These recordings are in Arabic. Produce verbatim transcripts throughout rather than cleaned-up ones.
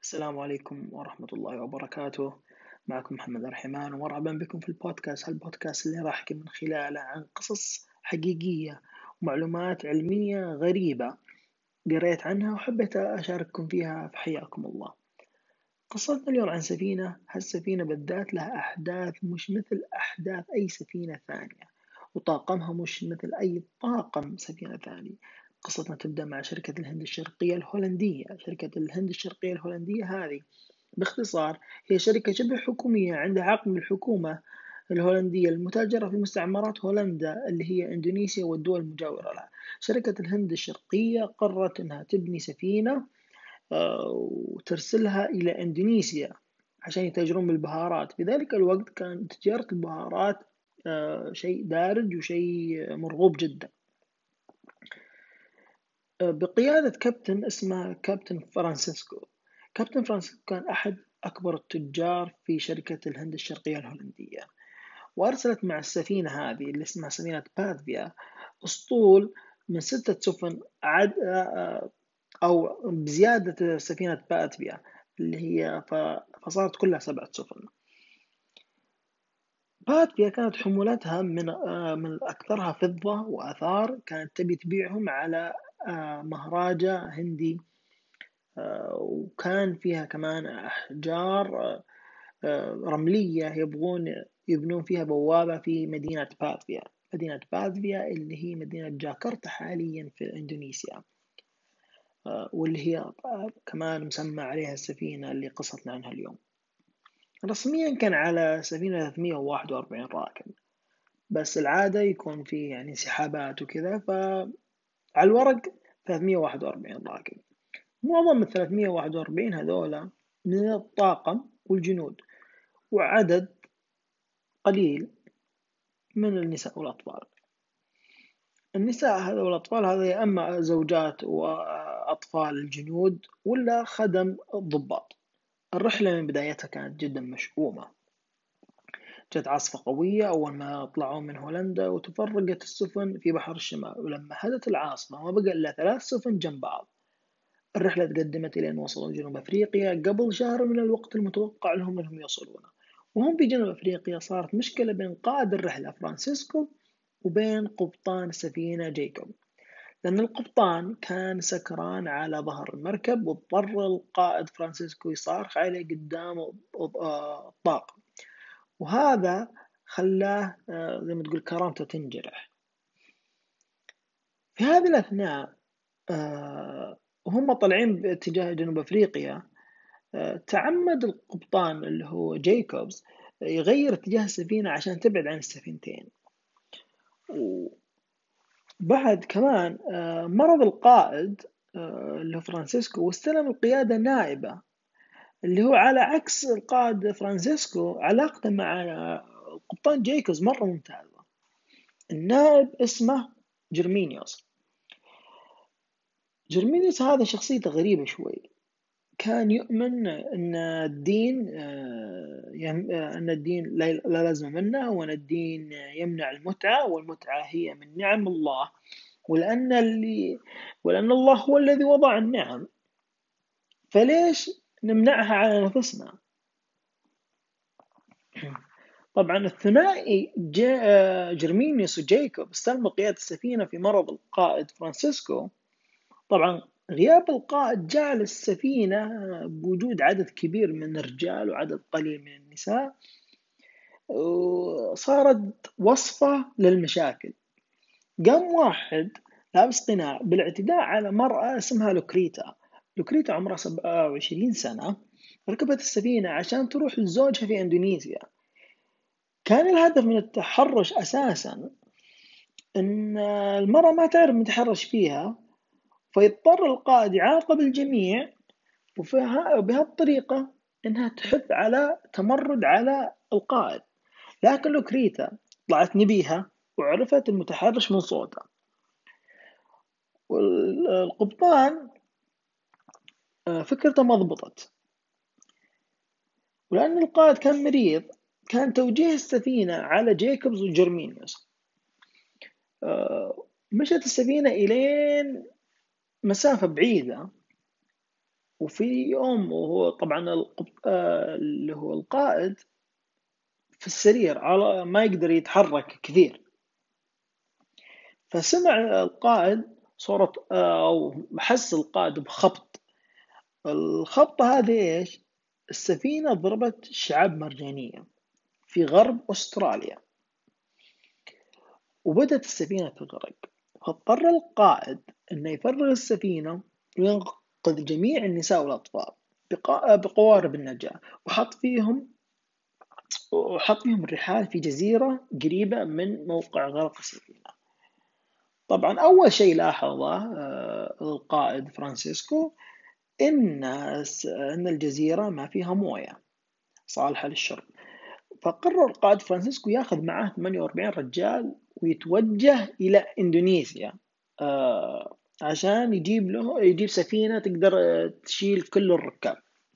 السلام عليكم ورحمة الله وبركاته. معكم محمد الرحمن ومرحبا بكم في البودكاست هالبودكاست اللي راح أحكي من خلاله عن قصص حقيقية ومعلومات علمية غريبة قريت عنها وحبيت أشارككم فيها. في حياكم الله. قصتنا اليوم عن سفينة، هالسفينة بالذات لها أحداث مش مثل أحداث أي سفينة ثانية، وطاقمها مش مثل أي طاقم سفينة ثاني. قصتنا تبدأ مع شركة الهند الشرقية الهولندية. شركة الهند الشرقية الهولندية هذه باختصار هي شركة شبه حكومية عندها عقد من الحكومة الهولندية المتاجرة في مستعمرات هولندا اللي هي إندونيسيا والدول المجاورة لها. شركة الهند الشرقية قررت أنها تبني سفينة آه، وترسلها إلى إندونيسيا عشان يتاجرون بالبهارات. في ذلك الوقت كان تجارة البهارات آه، شيء دارج وشيء مرغوب جدا. آه، بقيادة كابتن اسمه كابتن فرانسيسكو. كابتن فرانسيسكو كان أحد أكبر التجار في شركة الهند الشرقية الهولندية، وأرسلت مع السفينة هذه اللي اسمها سفينة باثفيا أسطول من ستة سفن عد آه، أو بزيادة سفينة باثفيا اللي هي ف- فصارت كلها سبعة سفن. باثفيا كانت حمولتها من آه، من أكثرها فضة وآثار، كانت تبي تبيعهم على آه، مهراجة هندي. آه، وكان فيها كمان أحجار آه، آه، رملية يبغون يبنون فيها بوابة في مدينة باثفيا. مدينة باثفيا اللي هي مدينة جاكرتا حاليا في إندونيسيا، آه، واللي هي آه، كمان مسمى عليها السفينة اللي قصتنا عنها اليوم. رسميا كان على سفينة ثلاثمية وواحد وأربعين راكب، بس العادة يكون في يعني سحابات وكذا، فعلى الورق ثلاثمية وواحد وأربعين راكب. معظم ال ثلاثمية وواحد وأربعين هذولا من الطاقم والجنود، وعدد قليل من النساء والأطفال. النساء هذا والأطفال هذا يا أما زوجات وأطفال الجنود ولا خدم الضباط. الرحلة من بدايتها كانت جدا مشؤومة. جت عاصفة قوية أول ما طلعوا من هولندا وتفرقت السفن في بحر الشمال، ولما هدت العاصفة ما بقى إلا ثلاث سفن جنب بعض. الرحلة تقدمت إلى أن وصلوا جنوب أفريقيا قبل شهر من الوقت المتوقع لهم أنهم يوصلونه. وهم في جنوب أفريقيا صارت مشكلة بين قائد الرحلة فرانسيسكو وبين قبطان السفينة جايكوب، لأن القبطان كان سكران على ظهر المركب، واضطر القائد فرانسيسكو يصارخ عليه قدام الطاقم، وهذا خلاه آه، زي ما تقول كرامته تنجرح. في هذه الأثناء آه، وهم طالعين باتجاه جنوب أفريقيا، آه، تعمد القبطان اللي هو جايكوبز يغير اتجاه السفينة عشان تبعد عن السفينتين. وبعد كمان آه، مرض القائد آه، اللي هو فرانسيسكو، واستلم القيادة نائبة اللي هو على عكس القائد فرانسيسكو علاقته مع آه، القبطان جايكوبز مرة ممتازة. النائب اسمه جرمينيوس. جرمينيوس هذا شخصيته غريبة شوي. كان يؤمن أن الدين آه، يم- آه، أن الدين لا لا لازم منه، وأن الدين يمنع المتعة، والمتعة هي من نعم الله، ولأن اللي ولأن الله هو الذي وضع النعم، فليش نمنعها على نفسنا؟ طبعا الثنائي جا- آه، جرمينيوس وجايكوب استلموا قيادة السفينة في مرض القائد فرانسيسكو. طبعا غياب القائد جعل السفينة بوجود عدد كبير من الرجال وعدد قليل من النساء، وصارت وصفة للمشاكل. قام واحد لابس قناع بالاعتداء على مرأة اسمها لوكريتا. لوكريتا عمرها سبعة وعشرين سنة، ركبت السفينة عشان تروح لزوجها في إندونيسيا. كان الهدف من التحرش أساسا أن المرأة ما تعرف متحرش فيها، فيضطر القائد يعاقب الجميع، وبهذه الطريقة إنها تحث على تمرد على القائد. لكن لوكريتا طلعت نبيهة وعرفت المتحرش من صوته. والقبطان آه، فكرته ما ضبطت، ولأن القائد كان مريض كان توجيه السفينة على جيكوبز وجرمينيوس. آه، مشت السفينة إلين مسافة بعيدة، وفي يوم وهو طبعا القب- آه، اللي هو القائد في السرير على ما يقدر يتحرك كثير، فسمع القائد صورة آه، أو حس القائد بخبط. الخبطة هذه إيش؟ السفينة ضربت شعاب مرجانية في غرب أستراليا، وبدأت السفينة تغرق. فاضطر القائد أنه يفرغ السفينة وينقذ جميع النساء والأطفال بقا- بقوارب النجاة، وحط فيهم وحط فيهم الرحال في جزيرة قريبة من موقع غرق السفينة. طبعا أول شيء لاحظه آه، القائد فرانسيسكو إن إن الجزيرة ما فيها موية صالحة للشرب. فقرر القائد فرانسيسكو ياخذ معاه ثمانية وأربعين رجال ويتوجه إلى إندونيسيا، آه، عشان يجيب له يجيب سفينة تقدر آه، تشيل كل الركاب.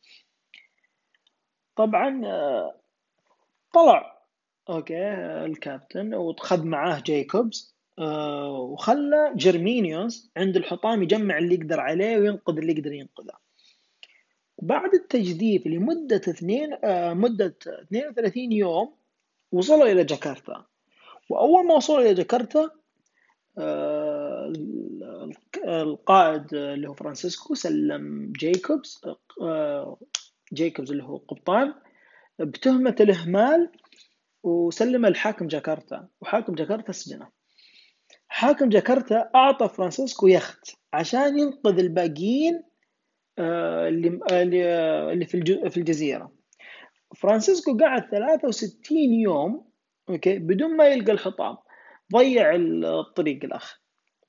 طبعا آه، طلع اوكي آه، الكابتن وخذ معاه جايكوبز، آه، وخلى جيرمينيوس عند الحطام يجمع اللي يقدر عليه وينقذ اللي يقدر ينقذه. وبعد التجديف لمدة اثنين آه، مدة اثنين وثلاثين يوم وصلوا إلى جاكرتا. وأول ما وصلوا إلى جاكرتا آه، القائد اللي هو فرانسيسكو سلم جايكوبز آه، جايكوبز اللي هو قبطان بتهمة الإهمال، وسلم الحاكم جاكرتا، وحاكم جاكرتا سجنه. حاكم جاكرتا أعطى فرانسيسكو يخت عشان ينقذ الباقيين آه، اللي اللي اللي في الج- في الجزيرة. فرانسيسكو قعد ثلاثة وستين يوم اوكي بدون ما يلقى الحطام، ضيع الطريق الأخ.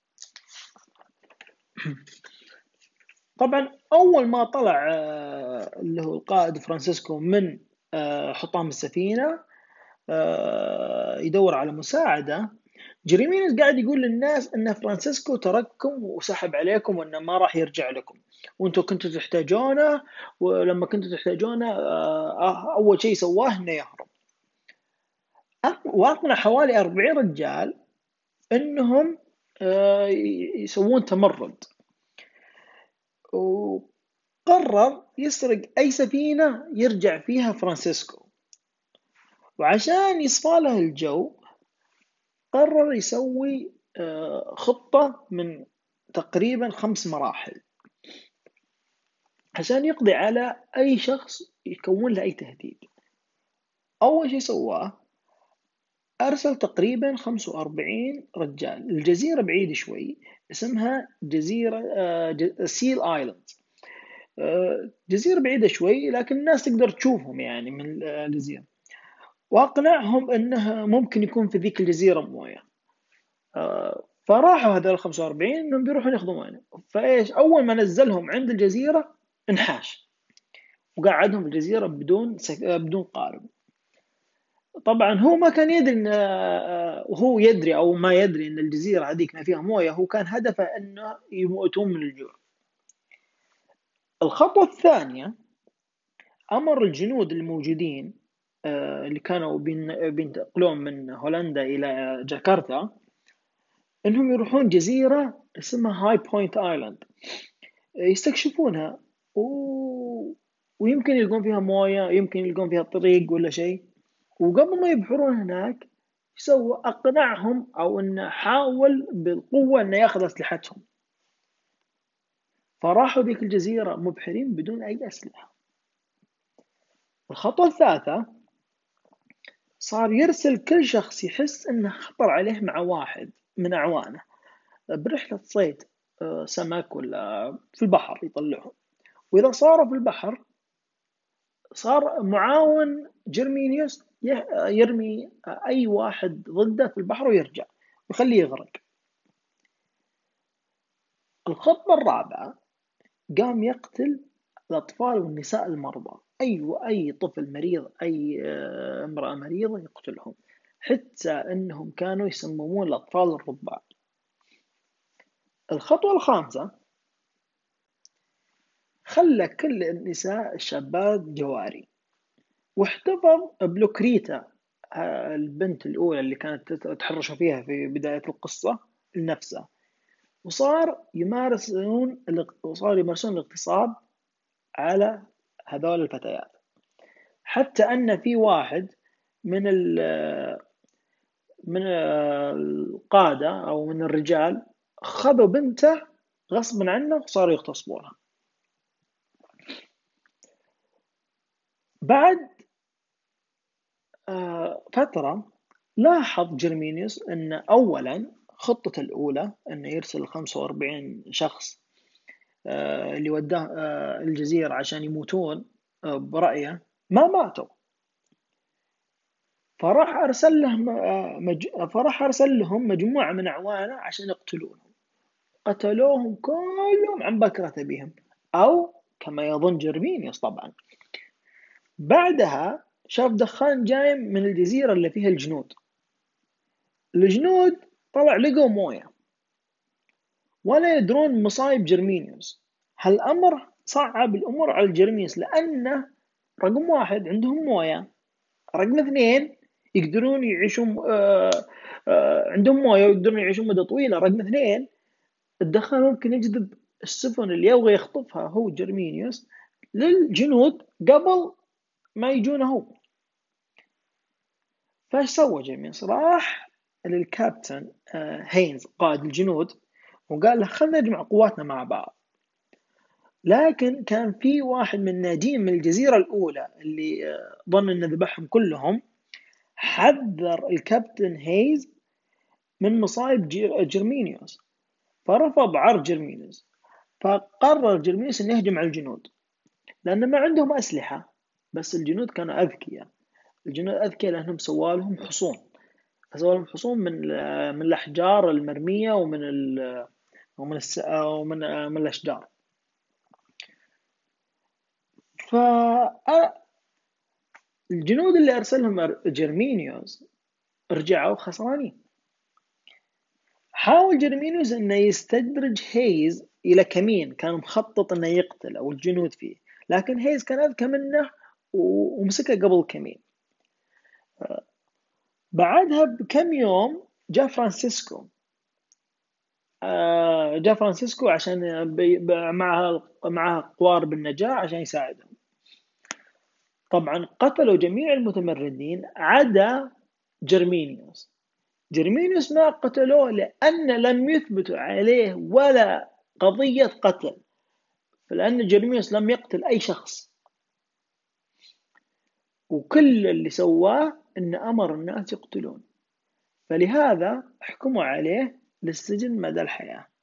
طبعا أول ما طلع آه، اللي هو القائد فرانسيسكو من آه، حطام السفينة آه، يدور على مساعدة، جريمينيز قاعد يقول للناس ان فرانسيسكو ترككم وسحب عليكم وانه ما راح يرجع لكم، وانتم كنتوا تحتاجونه، ولما كنتوا تحتاجونه آه، اول شيء سواه انه يهرب. واقنع حوالي أربعين رجال انهم آه، يسوون تمرد، وقرر يسرق اي سفينة يرجع فيها فرانسيسكو. وعشان يصفى له الجو قرر يسوي آه، خطة من تقريبا خمس مراحل عشان يقضي على أي شخص يكون له أي تهديد. أول شيء سواه أرسل تقريبا خمسة وأربعين رجال الجزيرة بعيدة شوي اسمها جزيرة آه، ج- سيل آيلاند. آه، جزيرة بعيدة شوي لكن الناس تقدر تشوفهم يعني من الجزيرة، وأقنعهم أنه ممكن يكون في ذيك الجزيرة موية. آه، فراحوا هذول ال خمسة وأربعين انهم بيروحون ياخذون مويه. فايش اول ما نزلهم عند الجزيره انحاش وقعدهم في الجزيره بدون سك... آه، بدون قارب. طبعا هو ما كان يدري ان آه، وهو يدري او ما يدري ان الجزيره هذيك ما فيها مويه، هو كان هدفه انه يموتون من الجوع. الخطوه الثانيه امر الجنود الموجودين آه، اللي كانوا بين- بينتقلون من هولندا الى جاكرتا انهم يروحون جزيره اسمها هاي بوينت ايلاند يستكشفونها و... ويمكن يلقون فيها موية، يمكن يلقون فيها طريق ولا شيء. وقبل ما يبحرون هناك سوى أقنعهم أو أنه حاول بالقوة أنه ياخذ أسلحتهم. فراحوا ذيك الجزيرة مبحرين بدون أي أسلحة. الخطوة الثالثة صار يرسل كل شخص يحس أنه خطر عليه مع واحد من أعوانه برحلة صيد آه، سمك ولا في البحر يطلعهم. وإذا صاروا في البحر صار معاون جيرمينيوس يرمي أي واحد ضده في البحر ويرجع ويخليه يغرق. الخطة الرابعة قام يقتل الأطفال والنساء المرضى، أي أي طفل مريض أي آه، امرأة مريضة يقتلهم، حتى أنهم كانوا يسممون الأطفال الرضع. الخطوة الخامسة خلى كل النساء الشابات جواري، واحتفظ بلوكريتا آه، البنت الأولى اللي كانت تحرشوا فيها في بداية القصة لنفسه. وصار يمارسون وصار يمارسون الاغتصاب على هذول الفتيات، حتى أن في واحد من ال من القادة أو من الرجال خذوا بنته غصبا عنه وصاروا يغتصبونها. بعد آه، فترة لاحظ جرمينيوس أن أولا خطته الأولى أنه يرسل خمسة وأربعين شخص آه، اللي وداه آه، الجزيرة عشان يموتون آه، برأيه ما ماتوا، فراح أرسل لهم آه، مج... فراح أرسل لهم مجموعة من أعوانه عشان يقتلونهم. قتلوهم كلهم عن بكرة بهم، أو كما يظن جرمينيوس طبعا. بعدها شاف دخان جاي من الجزيرة اللي فيها الجنود. الجنود طلع لقوا موية ولا يدرون مصايب جرمينيوس. هالأمر صعب الأمور على جرمينيوس، لأنه رقم واحد عندهم موية، رقم اثنين يقدرون يعيشون آه آه عندهم موية ويقدرون يعيشون مدة طويلة. رقم اثنين الدخان ممكن يجذب السفن اللي يبغى يخطفها هو جرمينيوس للجنود قبل ما يجونه هو. فايش سوى جيمس؟ راح للكابتن آه، هينز قائد الجنود وقال له خلنا نجمع قواتنا مع بعض. لكن كان في واحد من الناجين من الجزيرة الأولى اللي آه، ظن أنه ذبحهم كلهم، حذر الكابتن هيز من مصايب جرمينيوس، فرفض عرض جرمينيوس. فقرر جرمينيوس أن يهجم على الجنود لأن ما عندهم أسلحة، بس الجنود كانوا أذكياء. الجنود أذكياء لأنهم سوالهم حصون، فسوالهم حصون من من الأحجار المرمية ومن ال ومن الس ومن من الأشجار. فالجنود اللي أرسلهم جرمينيوس رجعوا خسرانين. حاول جرمينيوس أنه يستدرج هيز إلى كمين كان مخطط أنه يقتل أو الجنود فيه، لكن هيز كان أذكى منه ومسكه قبل الكمين. بعدها بكم يوم جاء فرانسيسكو جاء فرانسيسكو عشان معها معها قوارب النجاة عشان يساعدهم. طبعا قتلوا جميع المتمردين عدا جرمينيوس. جرمينيوس ما قتلوه لأن لم يثبتوا عليه ولا قضية قتل، لأن جرمينيوس لم يقتل أي شخص، وكل اللي سواه أن أمر الناس يقتلون، فلهذا حكموا عليه للسجن مدى الحياة.